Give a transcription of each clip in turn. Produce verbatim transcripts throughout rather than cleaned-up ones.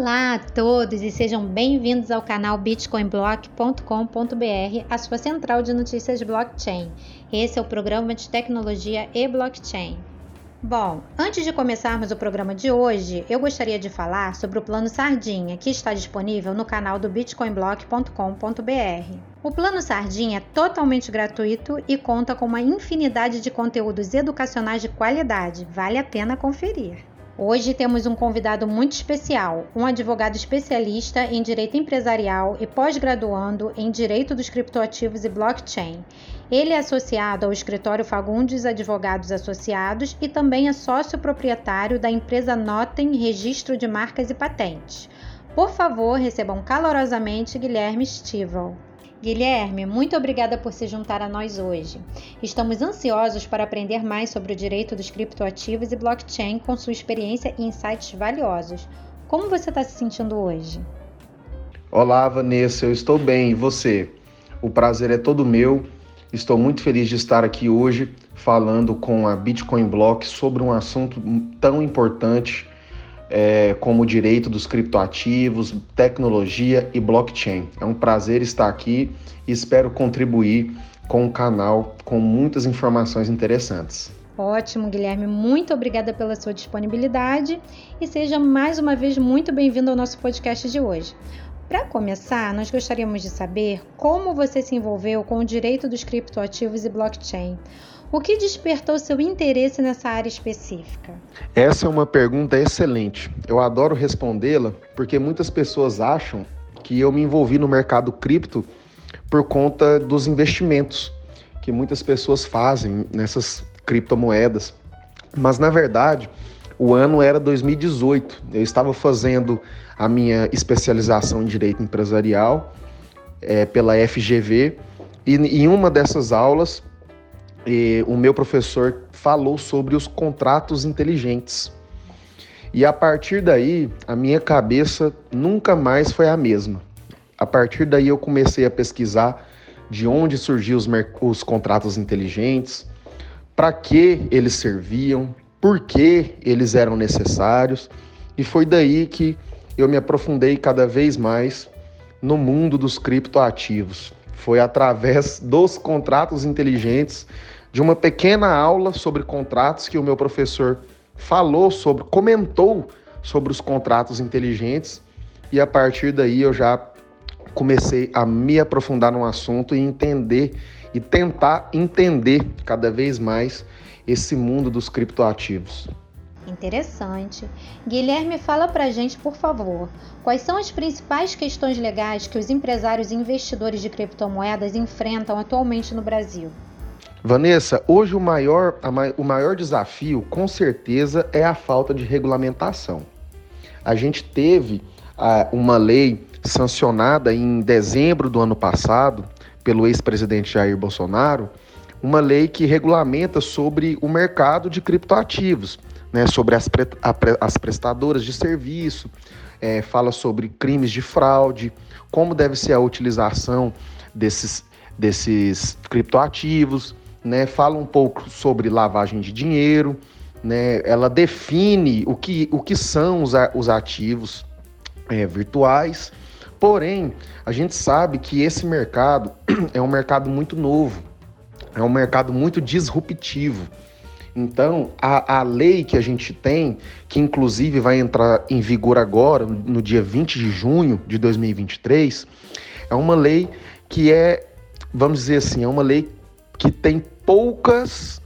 Olá a todos e sejam bem-vindos ao canal bitcoin block ponto com ponto b r, a sua central de notícias blockchain. Esse é o programa de tecnologia e blockchain. Bom, antes de começarmos o programa de hoje, eu gostaria de falar sobre o Plano Sardinha, que está disponível no canal do bitcoin block ponto com ponto b r. O Plano Sardinha é totalmente gratuito e conta com uma infinidade de conteúdos educacionais de qualidade. Vale a pena conferir. Hoje temos um convidado muito especial, um advogado especialista em direito empresarial e pós-graduando em direito dos criptoativos e blockchain. Ele é associado ao escritório Fagundes Advogados Associados e também é sócio proprietário da empresa Notem Registro de Marcas e Patentes. Por favor, recebam calorosamente Guilherme Stivel. Guilherme, muito obrigada por se juntar a nós hoje. Estamos ansiosos para aprender mais sobre o direito dos criptoativos e blockchain com sua experiência e insights valiosos. Como você está se sentindo hoje? Olá, Vanessa, eu estou bem, e você? O prazer é todo meu. Estou muito feliz de estar aqui hoje falando com a Bitcoin Block sobre um assunto tão importante É, como o direito dos criptoativos, tecnologia e blockchain. É um prazer estar aqui e espero contribuir com o canal com muitas informações interessantes. Ótimo, Guilherme. Muito obrigada pela sua disponibilidade e seja mais uma vez muito bem-vindo ao nosso podcast de hoje. Para começar, nós gostaríamos de saber como você se envolveu com o direito dos criptoativos e blockchain. O que despertou seu interesse nessa área específica? Essa é uma pergunta excelente. Eu adoro respondê-la porque muitas pessoas acham que eu me envolvi no mercado cripto por conta dos investimentos que muitas pessoas fazem nessas criptomoedas. Mas, na verdade, o ano era dois mil e dezoito. Eu estava fazendo a minha especialização em Direito Empresarial é, pela F G V e em uma dessas aulas E o meu professor falou sobre os contratos inteligentes. E a partir daí, a minha cabeça nunca mais foi a mesma. A partir daí eu comecei a pesquisar de onde surgiam os, os contratos inteligentes, para que eles serviam, por que eles eram necessários. E foi daí que eu me aprofundei cada vez mais no mundo dos criptoativos. Foi através dos contratos inteligentes, de uma pequena aula sobre contratos que o meu professor falou sobre, comentou sobre os contratos inteligentes, e a partir daí eu já comecei a me aprofundar no assunto e entender e tentar entender cada vez mais esse mundo dos criptoativos. Interessante. Guilherme, fala pra gente, por favor, quais são as principais questões legais que os empresários e investidores de criptomoedas enfrentam atualmente no Brasil? Vanessa, hoje o maior, o maior desafio, com certeza, é a falta de regulamentação. A gente teve uh, uma lei sancionada em dezembro do ano passado pelo ex-presidente Jair Bolsonaro, uma lei que regulamenta sobre o mercado de criptoativos, né, sobre as, pre, a, as prestadoras de serviço, é, fala sobre crimes de fraude, como deve ser a utilização desses, desses criptoativos, né, fala um pouco sobre lavagem de dinheiro, né, ela define o que, o que são os, os ativos é, virtuais. Porém, a gente sabe que esse mercado é um mercado muito novo, é um mercado muito disruptivo. Então, a, a lei que a gente tem, que inclusive vai entrar em vigor agora, no dia vinte de junho de dois mil e vinte e três, é uma lei que é, vamos dizer assim, é uma lei que tem poucas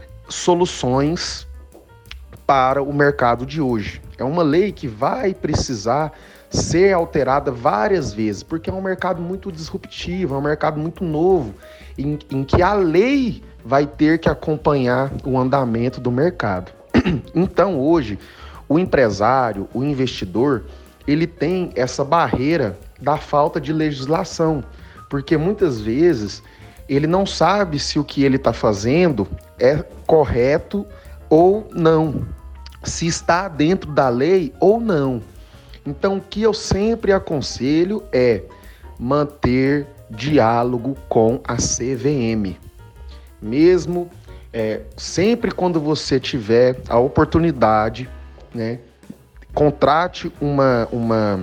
soluções para o mercado de hoje. É uma lei que vai precisar ser alterada várias vezes, porque é um mercado muito disruptivo, é um mercado muito novo, em, em que a lei vai ter que acompanhar o andamento do mercado. Então, hoje, o empresário, o investidor, ele tem essa barreira da falta de legislação, porque muitas vezes ele não sabe se o que ele está fazendo é correto ou não, se está dentro da lei ou não. Então, o que eu sempre aconselho é manter diálogo com a C V M. Mesmo é, sempre quando você tiver a oportunidade, né, contrate uma, uma,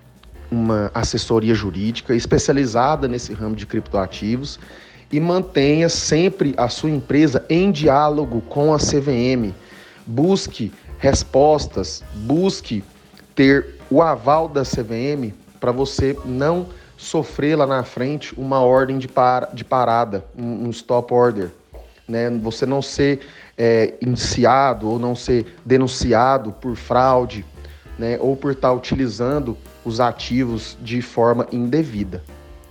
uma assessoria jurídica especializada nesse ramo de criptoativos e mantenha sempre a sua empresa em diálogo com a C V M. Busque respostas, busque ter o aval da C V M para você não sofrer lá na frente uma ordem de, par, de parada, um, um stop order, né? Você não ser é, indiciado ou não ser denunciado por fraude, né? Ou por estar utilizando os ativos de forma indevida.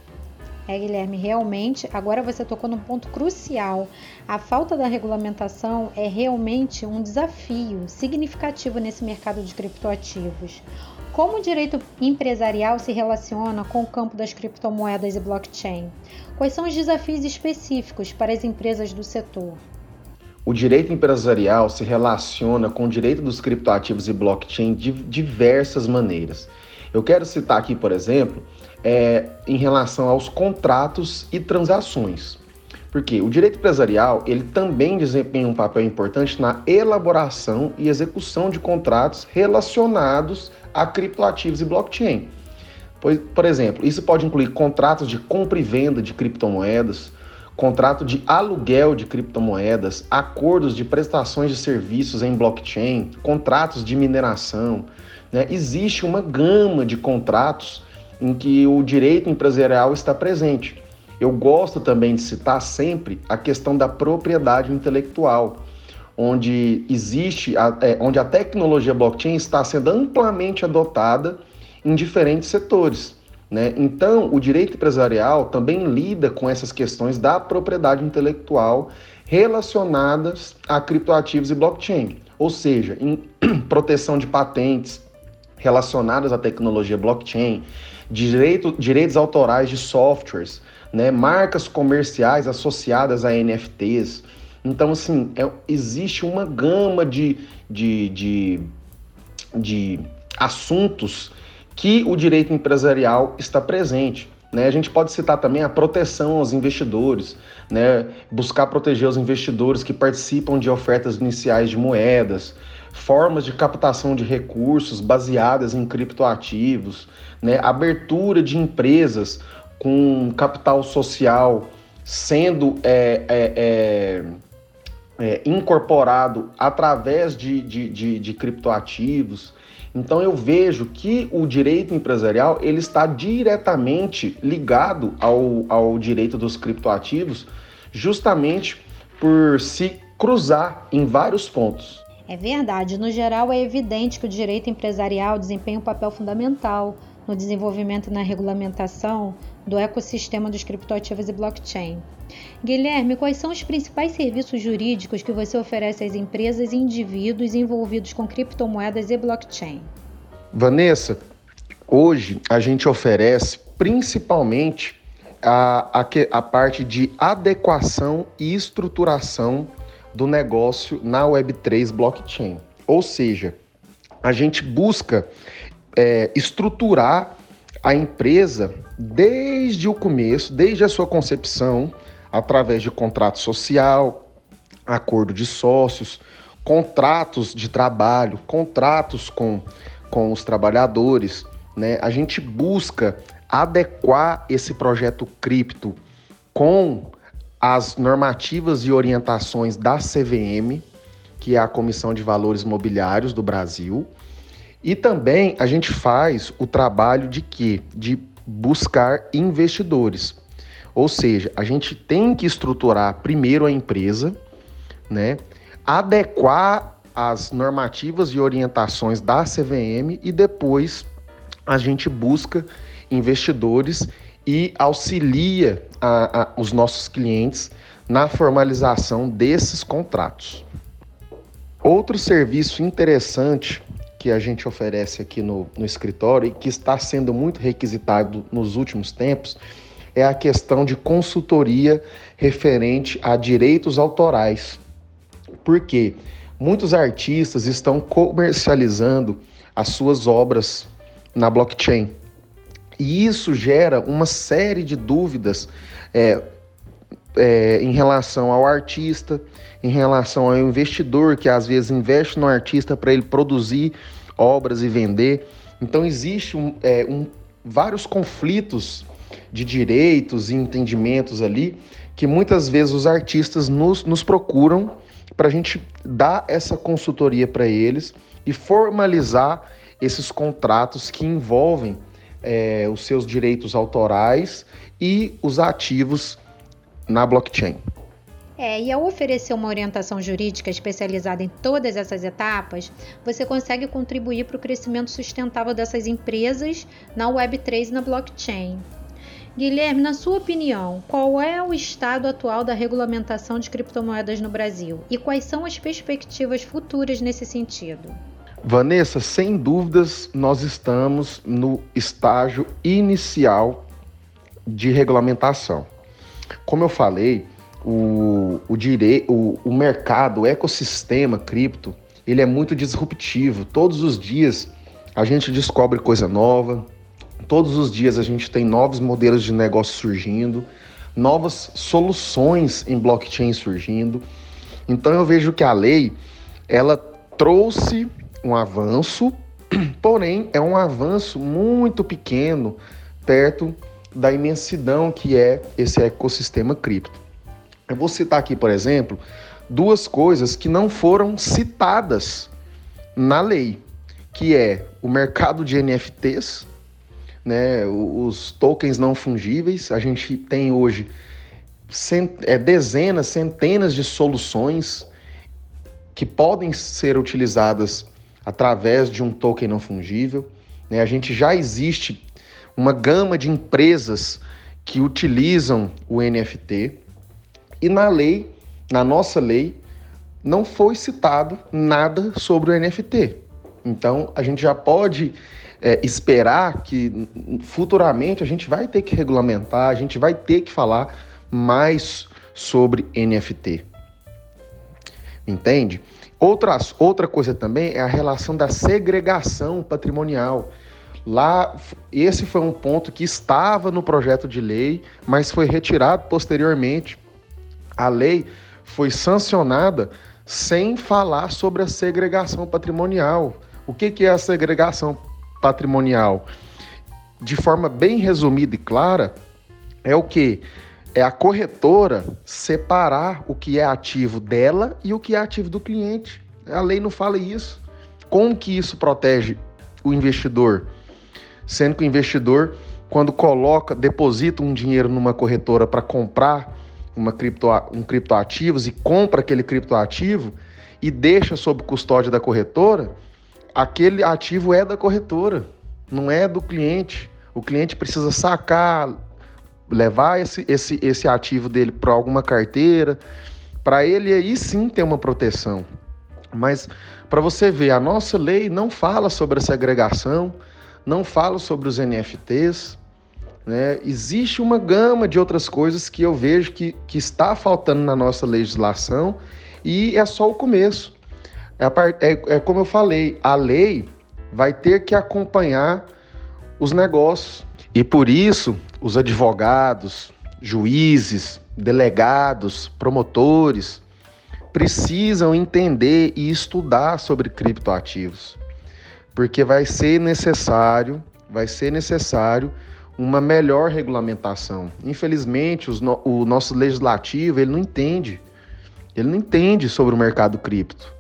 É, Guilherme, realmente, agora você tocou num ponto crucial. A falta da regulamentação é realmente um desafio significativo nesse mercado de criptoativos. Como o direito empresarial se relaciona com o campo das criptomoedas e blockchain? Quais são os desafios específicos para as empresas do setor? O direito empresarial se relaciona com o direito dos criptoativos e blockchain de diversas maneiras. Eu quero citar aqui, por exemplo, é, em relação aos contratos e transações. Porque o direito empresarial, ele também desempenha um papel importante na elaboração e execução de contratos relacionados a criptoativos e blockchain. Por, por exemplo, isso pode incluir contratos de compra e venda de criptomoedas, contrato de aluguel de criptomoedas, acordos de prestações de serviços em blockchain, contratos de mineração, né? Existe uma gama de contratos em que o direito empresarial está presente. Eu gosto também de citar sempre a questão da propriedade intelectual, onde existe, a, é, onde a tecnologia blockchain está sendo amplamente adotada em diferentes setores, né? Então, o direito empresarial também lida com essas questões da propriedade intelectual relacionadas a criptoativos e blockchain, ou seja, em proteção de patentes relacionadas à tecnologia blockchain, direito, direitos autorais de softwares, né? Marcas comerciais associadas a N F Ts. Então, assim, é, existe uma gama de, de, de, de assuntos que o direito empresarial está presente, né? A gente pode citar também a proteção aos investidores, né? Buscar proteger os investidores que participam de ofertas iniciais de moedas, formas de captação de recursos baseadas em criptoativos, né? Abertura de empresas com capital social sendo é, é, é, é, incorporado através de, de, de, de criptoativos. Então eu vejo que o direito empresarial ele está diretamente ligado ao, ao direito dos criptoativos, justamente por se cruzar em vários pontos. É verdade, no geral é evidente que o direito empresarial desempenha um papel fundamental no desenvolvimento e na regulamentação do ecossistema dos criptoativos e blockchain. Guilherme, quais são os principais serviços jurídicos que você oferece às empresas e indivíduos envolvidos com criptomoedas e blockchain? Vanessa, hoje a gente oferece principalmente a, a, a parte de adequação e estruturação do negócio na web três blockchain. Ou seja, a gente busca é, estruturar a empresa desde o começo, desde a sua concepção, através de contrato social, acordo de sócios, contratos de trabalho, contratos com, com os trabalhadores, né? A gente busca adequar esse projeto cripto com as normativas e orientações da C V M, que é a Comissão de Valores Mobiliários do Brasil, e também a gente faz o trabalho de quê? De buscar investidores. Ou seja, a gente tem que estruturar primeiro a empresa, né? Adequar as normativas e orientações da C V M e depois a gente busca investidores e auxilia a, a, os nossos clientes na formalização desses contratos. Outro serviço interessante que a gente oferece aqui no, no escritório e que está sendo muito requisitado nos últimos tempos é a questão de consultoria referente a direitos autorais. Por quê? Muitos artistas estão comercializando as suas obras na blockchain. E isso gera uma série de dúvidas é, é, em relação ao artista, em relação ao investidor que às vezes investe no artista para ele produzir obras e vender. Então existe um, é, um, vários conflitos de direitos e entendimentos ali que muitas vezes os artistas nos, nos procuram para a gente dar essa consultoria para eles e formalizar esses contratos que envolvem é, os seus direitos autorais e os ativos na blockchain. É, e ao oferecer uma orientação jurídica especializada em todas essas etapas, você consegue contribuir para o crescimento sustentável dessas empresas na web três e na blockchain. Guilherme, na sua opinião, qual é o estado atual da regulamentação de criptomoedas no Brasil e quais são as perspectivas futuras nesse sentido? Vanessa, sem dúvidas, nós estamos no estágio inicial de regulamentação. Como eu falei, o, o, dire... o, o mercado, o ecossistema cripto, ele é muito disruptivo. Todos os dias a gente descobre coisa nova, todos os dias a gente tem novos modelos de negócio surgindo, novas soluções em blockchain surgindo. Então eu vejo que a lei, ela trouxe um avanço, porém é um avanço muito pequeno perto da imensidão que é esse ecossistema cripto. Eu vou citar aqui, por exemplo, duas coisas que não foram citadas na lei, que é o mercado de N F Ts, né, os tokens não fungíveis. A gente tem hoje cent- é, dezenas, centenas de soluções que podem ser utilizadas através de um token não fungível. Né? A gente já existe uma gama de empresas que utilizam o N F T e na lei, na nossa lei, não foi citado nada sobre o N F T. Então, a gente já pode é, esperar que futuramente a gente vai ter que regulamentar, a gente vai ter que falar mais sobre N F T. Entende? Outra, outra coisa também é a relação da segregação patrimonial. Lá, esse foi um ponto que estava no projeto de lei, mas foi retirado posteriormente. A lei foi sancionada sem falar sobre a segregação patrimonial. O que, que é a segregação patrimonial? De forma bem resumida e clara, é o quê? É a corretora separar o que é ativo dela e o que é ativo do cliente. A lei não fala isso. Como que isso protege o investidor? Sendo que o investidor, quando coloca, deposita um dinheiro numa corretora para comprar uma cripto, um criptoativos e compra aquele criptoativo e deixa sob custódia da corretora, aquele ativo é da corretora, não é do cliente. O cliente precisa sacar, levar esse, esse, esse ativo dele para alguma carteira, para ele aí sim ter uma proteção. Mas para você ver, a nossa lei não fala sobre essa agregação, não fala sobre os N F Ts, né? Existe uma gama de outras coisas que eu vejo que, que está faltando na nossa legislação e é só o começo. É, a part... é, é como eu falei, a lei vai ter que acompanhar os negócios. E por isso, os advogados, juízes, delegados, promotores precisam entender e estudar sobre criptoativos, porque vai ser necessário, vai ser necessário uma melhor regulamentação. Infelizmente, os no... o nosso legislativo ele não entende, ele não entende sobre o mercado cripto,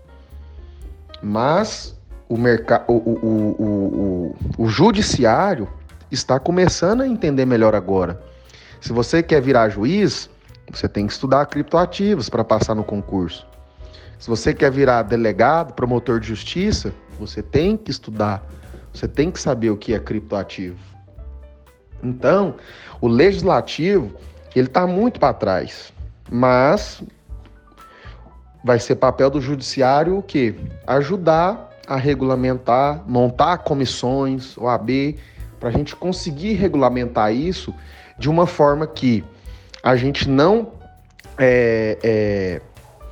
mas o, merc... o, o, o, o, o judiciário está começando a entender melhor agora. Se você quer virar juiz, você tem que estudar criptoativos para passar no concurso. Se você quer virar delegado, promotor de justiça, você tem que estudar, você tem que saber o que é criptoativo. Então, o legislativo, ele está muito para trás, mas vai ser papel do judiciário o quê? Ajudar a regulamentar, montar comissões, O A B, para a gente conseguir regulamentar isso de uma forma que a gente não é, é,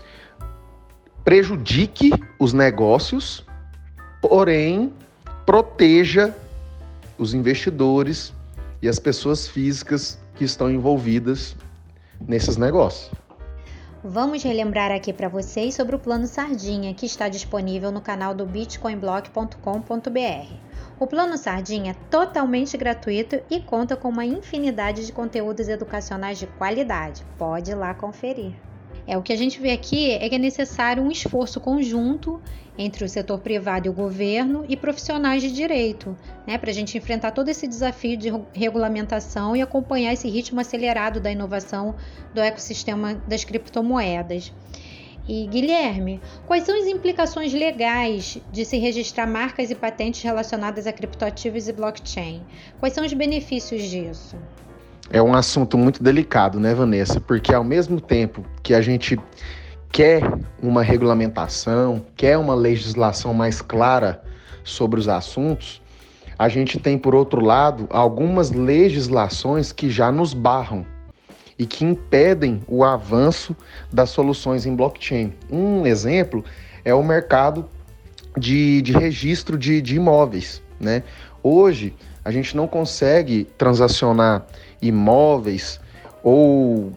prejudique os negócios, porém proteja os investidores e as pessoas físicas que estão envolvidas nesses negócios. Vamos relembrar aqui para vocês sobre o Plano Sardinha, que está disponível no canal do bitcoin block ponto com ponto b r. O Plano Sardinha é totalmente gratuito e conta com uma infinidade de conteúdos educacionais de qualidade. Pode ir lá conferir. É, o que a gente vê aqui é que é necessário um esforço conjunto entre o setor privado e o governo e profissionais de direito, né, para a gente enfrentar todo esse desafio de regulamentação e acompanhar esse ritmo acelerado da inovação do ecossistema das criptomoedas. E, Guilherme, quais são as implicações legais de se registrar marcas e patentes relacionadas a criptoativos e blockchain? Quais são os benefícios disso? É um assunto muito delicado, né, Vanessa? Porque ao mesmo tempo que a gente quer uma regulamentação, quer uma legislação mais clara sobre os assuntos, a gente tem, por outro lado, algumas legislações que já nos barram e que impedem o avanço das soluções em blockchain. Um exemplo é o mercado de, de registro de, de imóveis, né? Hoje, a gente não consegue transacionar imóveis ou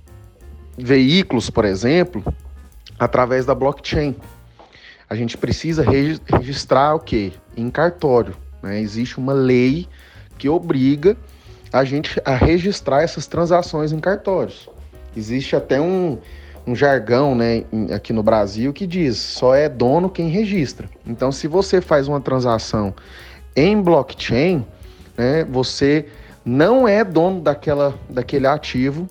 veículos, por exemplo, através da blockchain. A gente precisa regi- registrar o quê? Em cartório, né? Existe uma lei que obriga a gente a registrar essas transações em cartórios. Existe até um, um jargão, né, aqui no Brasil que diz, só é dono quem registra. Então, se você faz uma transação em blockchain, né, você não é dono daquela, daquele ativo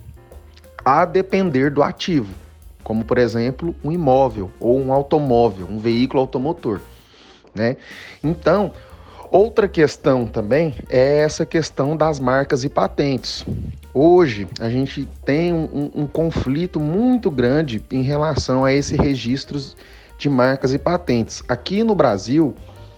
a depender do ativo, como, por exemplo, um imóvel ou um automóvel, um veículo automotor, né? Então, outra questão também é essa questão das marcas e patentes. Hoje, a gente tem um, um conflito muito grande em relação a esses registros de marcas e patentes. Aqui no Brasil,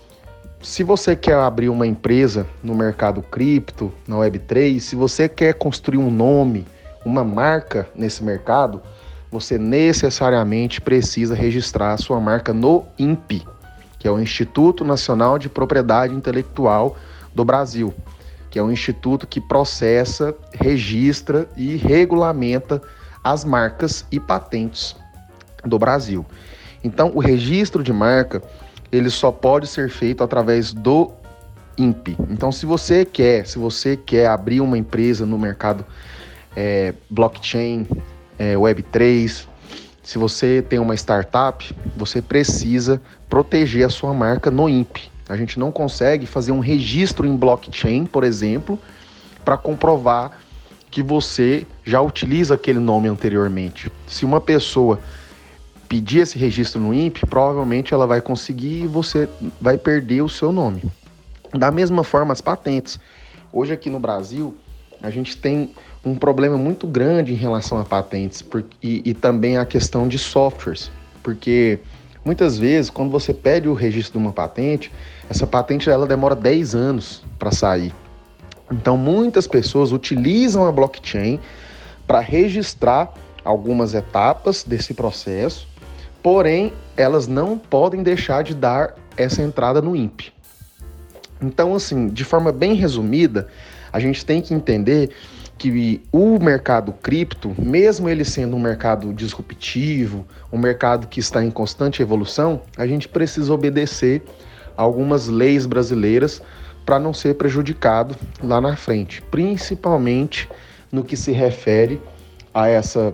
se você quer abrir uma empresa no mercado cripto, na web três, se você quer construir um nome, uma marca nesse mercado, você necessariamente precisa registrar a sua marca no I N P, que é o Instituto Nacional de Propriedade Intelectual do Brasil, que é um instituto que processa, registra e regulamenta as marcas e patentes do Brasil. Então, o registro de marca, ele só pode ser feito através do I N P. Então, se você quer, se você quer abrir uma empresa no mercado é, blockchain, é, web três, se você tem uma startup, você precisa proteger a sua marca no I N P. A gente não consegue fazer um registro em blockchain, por exemplo, para comprovar que você já utiliza aquele nome anteriormente. Se uma pessoa pedir esse registro no I N P, provavelmente ela vai conseguir e você vai perder o seu nome. Da mesma forma, as patentes. Hoje aqui no Brasil, a gente tem um problema muito grande em relação a patentes por, e, e também a questão de softwares, porque muitas vezes, quando você pede o registro de uma patente, essa patente ela demora dez anos para sair. Então, muitas pessoas utilizam a blockchain para registrar algumas etapas desse processo, porém, elas não podem deixar de dar essa entrada no I N P. Então, assim, de forma bem resumida, a gente tem que entender que o mercado cripto, mesmo ele sendo um mercado disruptivo, um mercado que está em constante evolução, a gente precisa obedecer a algumas leis brasileiras para não ser prejudicado lá na frente, principalmente no que se refere a essa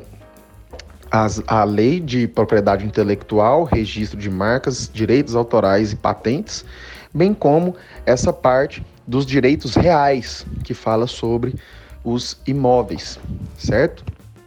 as, a lei de propriedade intelectual, registro de marcas, direitos autorais e patentes, bem como essa parte dos direitos reais que fala sobre os imóveis, certo?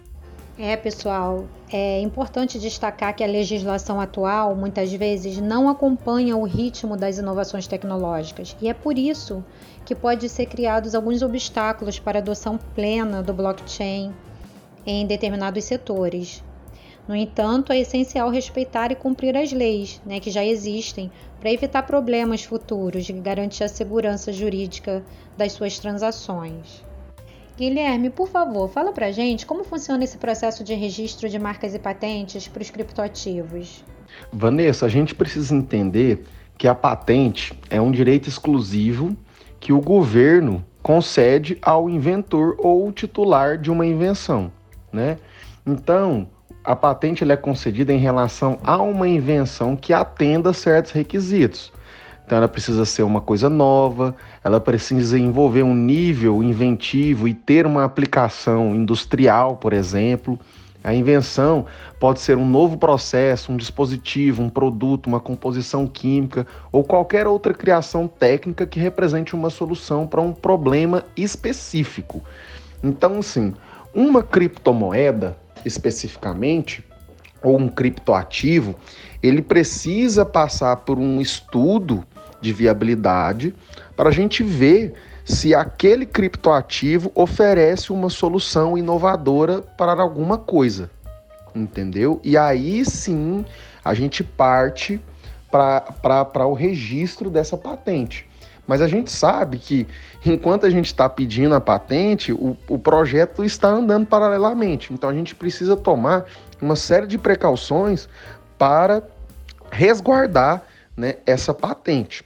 É, pessoal, é importante destacar que a legislação atual muitas vezes não acompanha o ritmo das inovações tecnológicas e é por isso que pode ser criados alguns obstáculos para a adoção plena do blockchain em determinados setores. No entanto, é essencial respeitar e cumprir as leis, né, que já existem para evitar problemas futuros e garantir a segurança jurídica das suas transações. Guilherme, por favor, fala pra gente como funciona esse processo de registro de marcas e patentes para os criptoativos. Vanessa, a gente precisa entender que a patente é um direito exclusivo que o governo concede ao inventor ou titular de uma invenção, né? Então, a patente ela é concedida em relação a uma invenção que atenda a certos requisitos. Então ela precisa ser uma coisa nova, ela precisa envolver um nível inventivo e ter uma aplicação industrial, por exemplo. A invenção pode ser um novo processo, um dispositivo, um produto, uma composição química ou qualquer outra criação técnica que represente uma solução para um problema específico. Então, assim, uma criptomoeda, especificamente, ou um criptoativo, ele precisa passar por um estudo de viabilidade para a gente ver se aquele criptoativo oferece uma solução inovadora para alguma coisa, entendeu? E aí sim a gente parte para o registro dessa patente. Mas a gente sabe que enquanto a gente está pedindo a patente, o, o projeto está andando paralelamente. Então a gente precisa tomar uma série de precauções para resguardar, né, essa patente.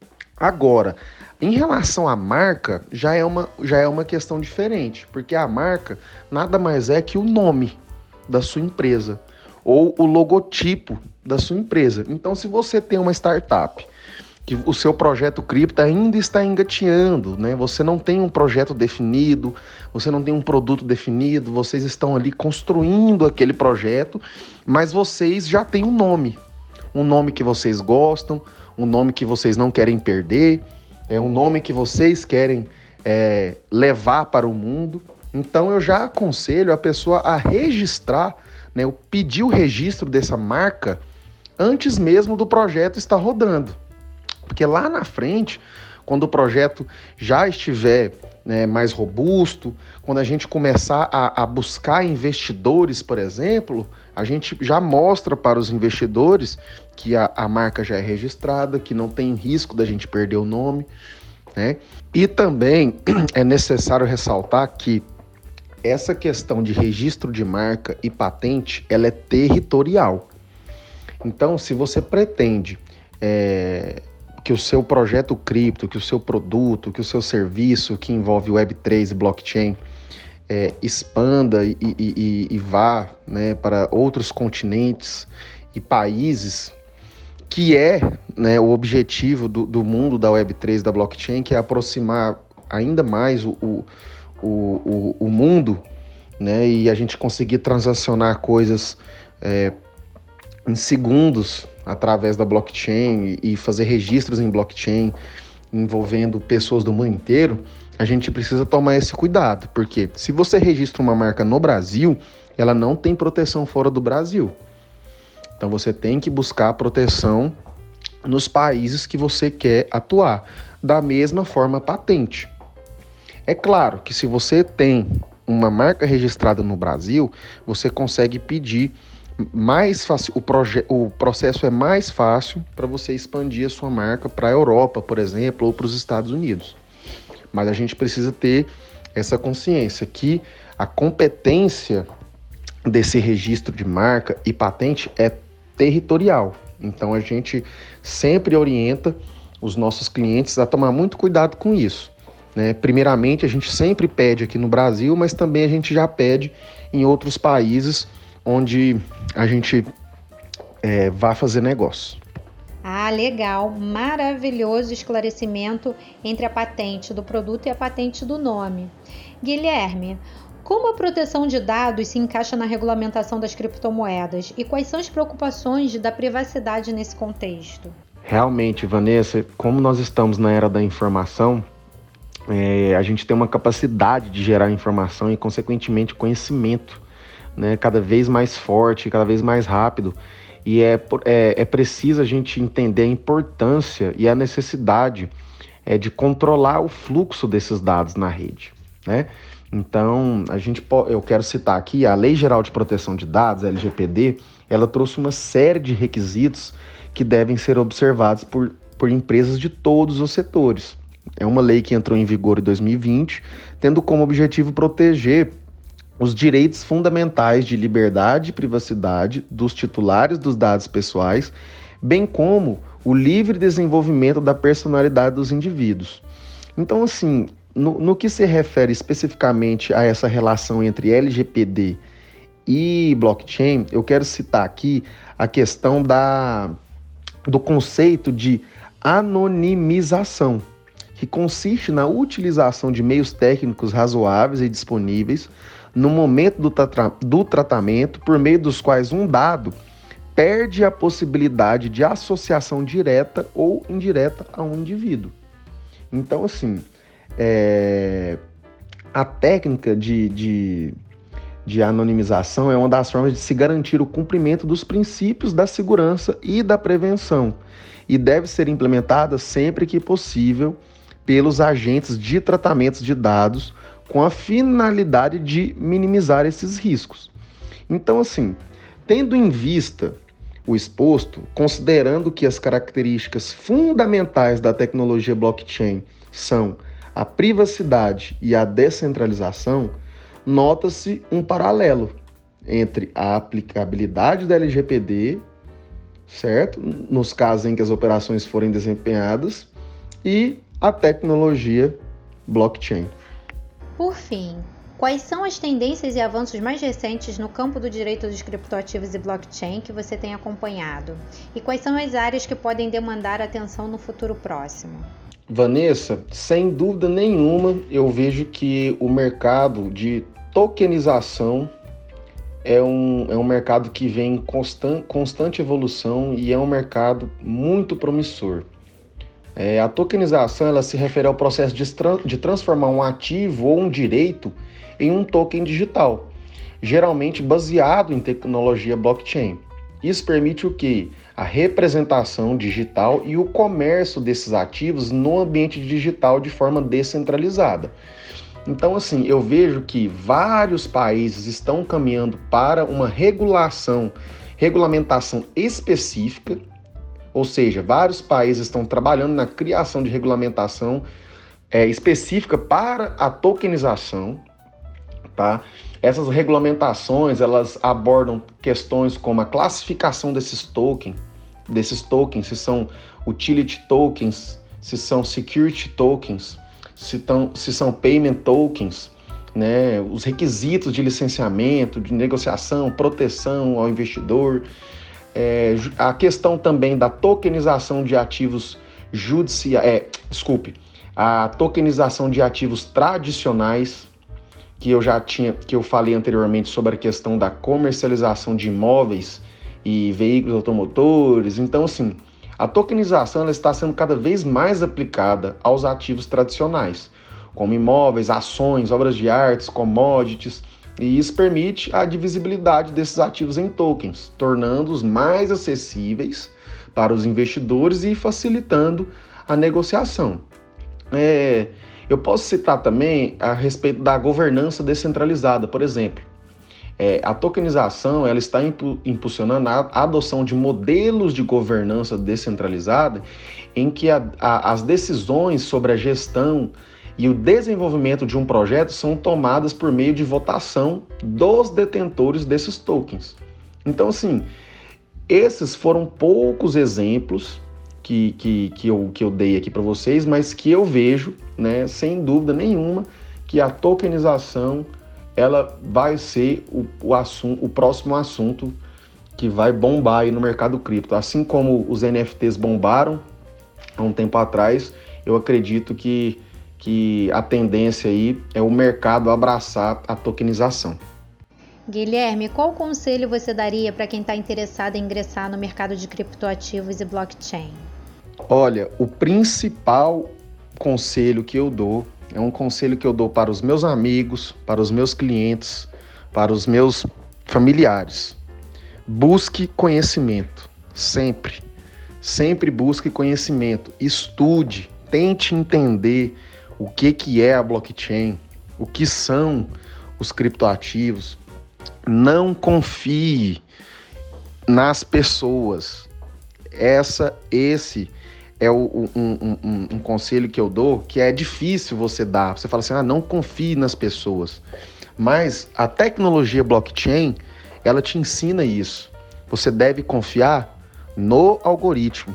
Agora, em relação à marca, já é, uma, já é uma questão diferente, porque a marca nada mais é que o nome da sua empresa ou o logotipo da sua empresa. Então, se você tem uma startup que o seu projeto cripto ainda está engateando, né? Você não tem um projeto definido, você não tem um produto definido, vocês estão ali construindo aquele projeto, mas vocês já têm um nome, um nome que vocês gostam, um nome que vocês não querem perder, é um nome que vocês querem é, levar para o mundo. Então eu já aconselho a pessoa a registrar, né, eu pedir o registro dessa marca antes mesmo do projeto estar rodando. Porque lá na frente, quando o projeto já estiver, né, mais robusto, quando a gente começar a, a buscar investidores, por exemplo, a gente já mostra para os investidores que a, a marca já é registrada, que não tem risco da gente perder o nome, né? E também é necessário ressaltar que essa questão de registro de marca e patente, ela é territorial. Então, se você pretende é, que o seu projeto cripto, que o seu produto, que o seu serviço que envolve web três e blockchain é, expanda e, e, e, e vá, né, para outros continentes e países, que é, né, o objetivo do, do mundo da web três, da blockchain, que é aproximar ainda mais o, o, o, o mundo, né, e a gente conseguir transacionar coisas é, em segundos através da blockchain e fazer registros em blockchain envolvendo pessoas do mundo inteiro, a gente precisa tomar esse cuidado, porque se você registra uma marca no Brasil, ela não tem proteção fora do Brasil. Então você tem que buscar proteção nos países que você quer atuar, da mesma forma patente. É claro que se você tem uma marca registrada no Brasil, você consegue pedir mais fácil, o, proje- o processo é mais fácil para você expandir a sua marca para a Europa, por exemplo, ou para os Estados Unidos. Mas a gente precisa ter essa consciência que a competência desse registro de marca e patente é territorial. Então a gente sempre orienta os nossos clientes a tomar muito cuidado com isso, né? Primeiramente, a gente sempre pede aqui no Brasil, mas também a gente já pede em outros países onde a gente é, vai fazer negócio. Ah, legal, maravilhoso esclarecimento entre a patente do produto e a patente do nome. Guilherme, como a proteção de dados se encaixa na regulamentação das criptomoedas e quais são as preocupações da privacidade nesse contexto? Realmente, Vanessa, como nós estamos na era da informação, é, a gente tem uma capacidade de gerar informação e, consequentemente, conhecimento, né, cada vez mais forte, cada vez mais rápido. E é, é, é preciso a gente entender a importância e a necessidade é, de controlar o fluxo desses dados na rede, né? Então, a gente, eu quero citar aqui a Lei Geral de Proteção de Dados, a L G P D, ela trouxe uma série de requisitos que devem ser observados por, por empresas de todos os setores. É uma lei que entrou em vigor em dois mil e vinte, tendo como objetivo proteger os direitos fundamentais de liberdade e privacidade dos titulares dos dados pessoais, bem como o livre desenvolvimento da personalidade dos indivíduos. Então, assim, no, no que se refere especificamente a essa relação entre L G P D e blockchain, eu quero citar aqui a questão da, do conceito de anonimização, que consiste na utilização de meios técnicos razoáveis e disponíveis no momento do, tra- do tratamento, por meio dos quais um dado perde a possibilidade de associação direta ou indireta a um indivíduo. Então, assim, é, a técnica de, de, de anonimização é uma das formas de se garantir o cumprimento dos princípios da segurança e da prevenção, e deve ser implementada sempre que possível pelos agentes de tratamento de dados com a finalidade de minimizar esses riscos. Então, assim, tendo em vista o exposto, considerando que as características fundamentais da tecnologia blockchain são a privacidade e a descentralização, nota-se um paralelo entre a aplicabilidade da L G P D, certo? Nos casos em que as operações forem desempenhadas, e a tecnologia blockchain. Por fim, quais são as tendências e avanços mais recentes no campo do direito dos criptoativos e blockchain que você tem acompanhado? E quais são as áreas que podem demandar atenção no futuro próximo? Vanessa, sem dúvida nenhuma, eu vejo que o mercado de tokenização é um, é um mercado que vem em constan, constante evolução e é um mercado muito promissor. É, a tokenização ela se refere ao processo de, de transformar um ativo ou um direito em um token digital, geralmente baseado em tecnologia blockchain. Isso permite o quê? A representação digital e o comércio desses ativos no ambiente digital de forma descentralizada. Então, assim, eu vejo que vários países estão caminhando para uma regulação, regulamentação específica, ou seja, vários países estão trabalhando na criação de regulamentação é, específica para a tokenização, tá? Essas regulamentações, elas abordam questões como a classificação desses tokens, desses tokens, se são utility tokens, se são security tokens, se, tão, se são payment tokens, né? Os requisitos de licenciamento, de negociação, proteção ao investidor, é, a questão também da tokenização de ativos judiciais, é, desculpe, a tokenização de ativos tradicionais, que eu já tinha, que eu falei anteriormente sobre a questão da comercialização de imóveis e veículos automotores. Então, assim, a tokenização ela está sendo cada vez mais aplicada aos ativos tradicionais, como imóveis, ações, obras de artes, commodities, e isso permite a divisibilidade desses ativos em tokens, tornando-os mais acessíveis para os investidores e facilitando a negociação. É, eu posso citar também a respeito da governança descentralizada, por exemplo. É, a tokenização ela está impu- impulsionando a adoção de modelos de governança descentralizada em que a, a, as decisões sobre a gestão e o desenvolvimento de um projeto são tomadas por meio de votação dos detentores desses tokens. Então, assim, esses foram poucos exemplos que, que, que, eu, que eu dei aqui para vocês, mas que eu vejo, né, sem dúvida nenhuma, que a tokenização ela vai ser o, o, assunto, o próximo assunto que vai bombar aí no mercado cripto. Assim como os N F Ts bombaram há um tempo atrás, eu acredito que que a tendência aí é o mercado abraçar a tokenização. Guilherme, qual conselho você daria para quem está interessado em ingressar no mercado de criptoativos e blockchain? Olha, o principal conselho que eu dou é um conselho que eu dou para os meus amigos, para os meus clientes, para os meus familiares. Busque conhecimento, sempre. Sempre busque conhecimento, estude, tente entender o que, que é a blockchain, o que são os criptoativos. Não confie nas pessoas. Essa, esse é o, um, um, um conselho que eu dou, que é difícil você dar. Você fala assim, ah, não confie nas pessoas. Mas a tecnologia blockchain, ela te ensina isso. Você deve confiar no algoritmo,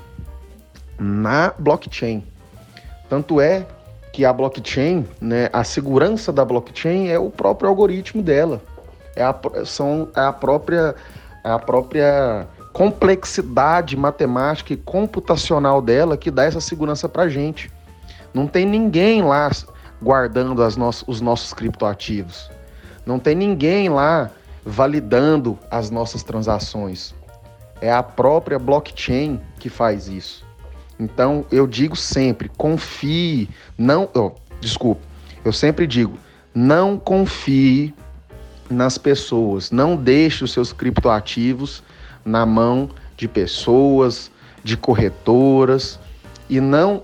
na blockchain. Tanto é que a blockchain, né, a segurança da blockchain é o próprio algoritmo dela. É a, são, é a própria, é a própria complexidade matemática e computacional dela que dá essa segurança para a gente. Não tem ninguém lá guardando as no- os nossos criptoativos. Não tem ninguém lá validando as nossas transações. É a própria blockchain que faz isso. Então, eu digo sempre, confie, não, oh, desculpa, eu sempre digo, não confie nas pessoas, não deixe os seus criptoativos na mão de pessoas, de corretoras, e não,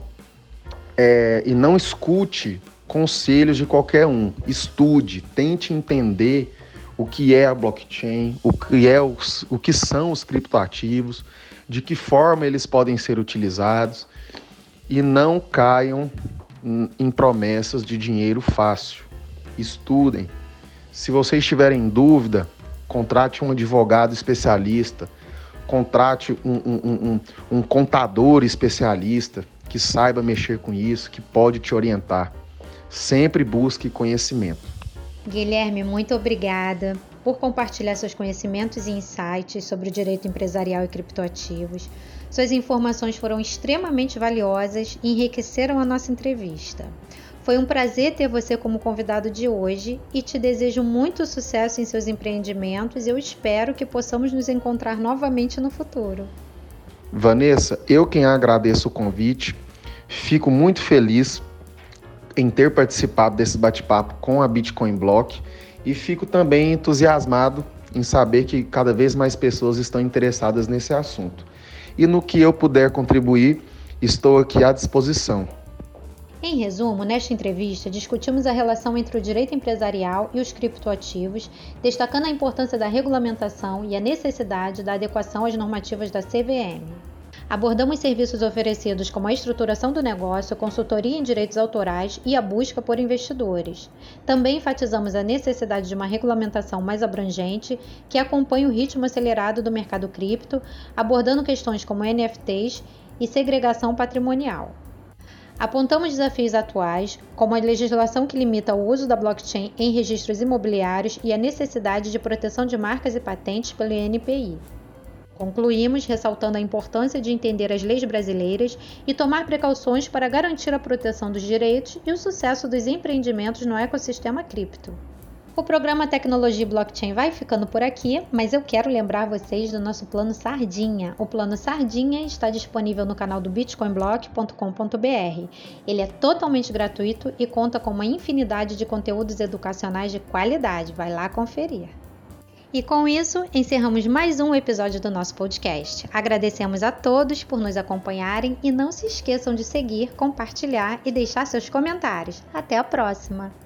é, e não escute conselhos de qualquer um. Estude, tente entender o que é a blockchain, o que, é os, o que são os criptoativos, de que forma eles podem ser utilizados, e não caiam em promessas de dinheiro fácil. Estudem. Se vocês tiverem dúvida, contrate um advogado especialista, contrate um, um, um, um contador especialista que saiba mexer com isso, que pode te orientar. Sempre busque conhecimento. Guilherme, muito obrigada por compartilhar seus conhecimentos e insights sobre o direito empresarial e criptoativos. Suas informações foram extremamente valiosas e enriqueceram a nossa entrevista. Foi um prazer ter você como convidado de hoje e te desejo muito sucesso em seus empreendimentos e eu espero que possamos nos encontrar novamente no futuro. Vanessa, eu quem agradeço o convite, fico muito feliz em ter participado desse bate-papo com a Bitcoin Block e fico também entusiasmado em saber que cada vez mais pessoas estão interessadas nesse assunto. E no que eu puder contribuir, estou aqui à disposição. Em resumo, nesta entrevista, discutimos a relação entre o direito empresarial e os criptoativos, destacando a importância da regulamentação e a necessidade da adequação às normativas da C V M. Abordamos serviços oferecidos como a estruturação do negócio, consultoria em direitos autorais e a busca por investidores. Também enfatizamos a necessidade de uma regulamentação mais abrangente que acompanhe o ritmo acelerado do mercado cripto, abordando questões como N F Ts e segregação patrimonial. Apontamos desafios atuais, como a legislação que limita o uso da blockchain em registros imobiliários e a necessidade de proteção de marcas e patentes pelo I N P I. Concluímos ressaltando a importância de entender as leis brasileiras e tomar precauções para garantir a proteção dos direitos e o sucesso dos empreendimentos no ecossistema cripto. O programa Tecnologia e Blockchain vai ficando por aqui, mas eu quero lembrar vocês do nosso plano Sardinha. O plano Sardinha está disponível no canal do bitcoin block ponto com ponto b r. Ele é totalmente gratuito e conta com uma infinidade de conteúdos educacionais de qualidade. Vai lá conferir. E com isso, encerramos mais um episódio do nosso podcast. Agradecemos a todos por nos acompanharem e não se esqueçam de seguir, compartilhar e deixar seus comentários. Até a próxima!